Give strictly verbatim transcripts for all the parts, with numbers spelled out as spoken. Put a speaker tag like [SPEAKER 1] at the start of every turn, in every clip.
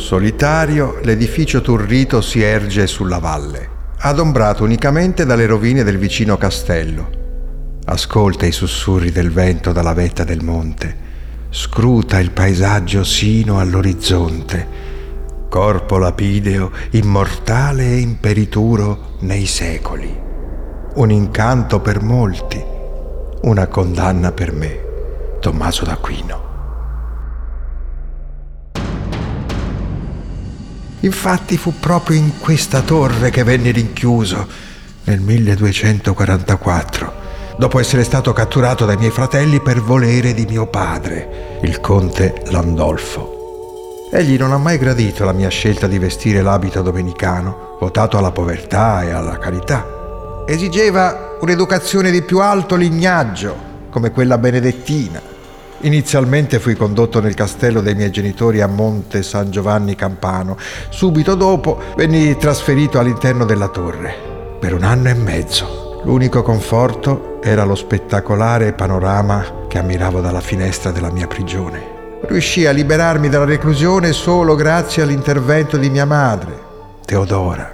[SPEAKER 1] Solitario, l'edificio turrito si erge sulla valle, adombrato unicamente dalle rovine del vicino castello. Ascolta i sussurri del vento dalla vetta del monte, scruta il paesaggio sino all'orizzonte, corpo lapideo, immortale e imperituro nei secoli. Un incanto per molti, una condanna per me, Tommaso d'Aquino. Infatti fu proprio in questa torre che venni rinchiuso nel milleduecentoquarantaquattro, dopo essere stato catturato dai miei fratelli per volere di mio padre, il conte Landolfo. Egli non ha mai gradito la mia scelta di vestire l'abito domenicano, votato alla povertà e alla carità. Esigeva un'educazione di più alto lignaggio, come quella benedettina. Inizialmente fui condotto nel castello dei miei genitori a Monte San Giovanni Campano. Subito dopo venni trasferito all'interno della torre per un anno e mezzo. L'unico conforto era lo spettacolare panorama che ammiravo dalla finestra della mia prigione. Riuscii a liberarmi dalla reclusione solo grazie all'intervento di mia madre, Teodora.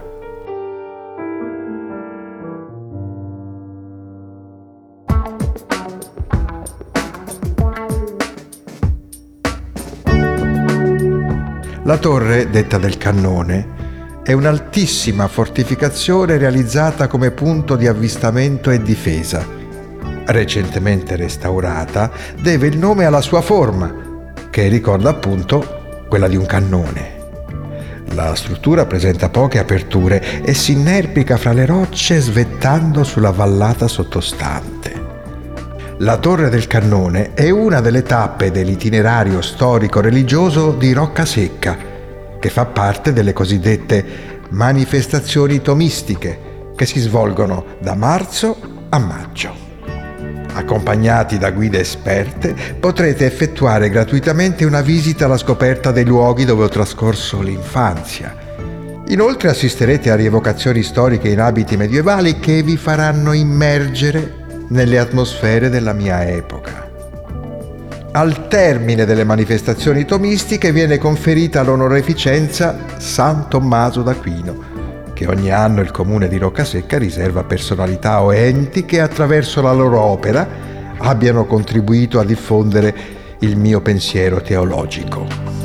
[SPEAKER 1] La torre, detta del Cannone, è un'altissima fortificazione realizzata come punto di avvistamento e difesa. Recentemente restaurata, deve il nome alla sua forma, che ricorda appunto quella di un cannone. La struttura presenta poche aperture e si inerpica fra le rocce svettando sulla vallata sottostante. La Torre del Cannone è una delle tappe dell'itinerario storico-religioso di Roccasecca, che fa parte delle cosiddette manifestazioni tomistiche, che si svolgono da marzo a maggio. Accompagnati da guide esperte, potrete effettuare gratuitamente una visita alla scoperta dei luoghi dove ho trascorso l'infanzia. Inoltre assisterete a rievocazioni storiche in abiti medievali che vi faranno immergere nelle atmosfere della mia epoca. Al termine delle manifestazioni tomistiche viene conferita l'onoreficenza San Tommaso d'Aquino, che ogni anno il comune di Roccasecca riserva a personalità o enti che attraverso la loro opera abbiano contribuito a diffondere il mio pensiero teologico.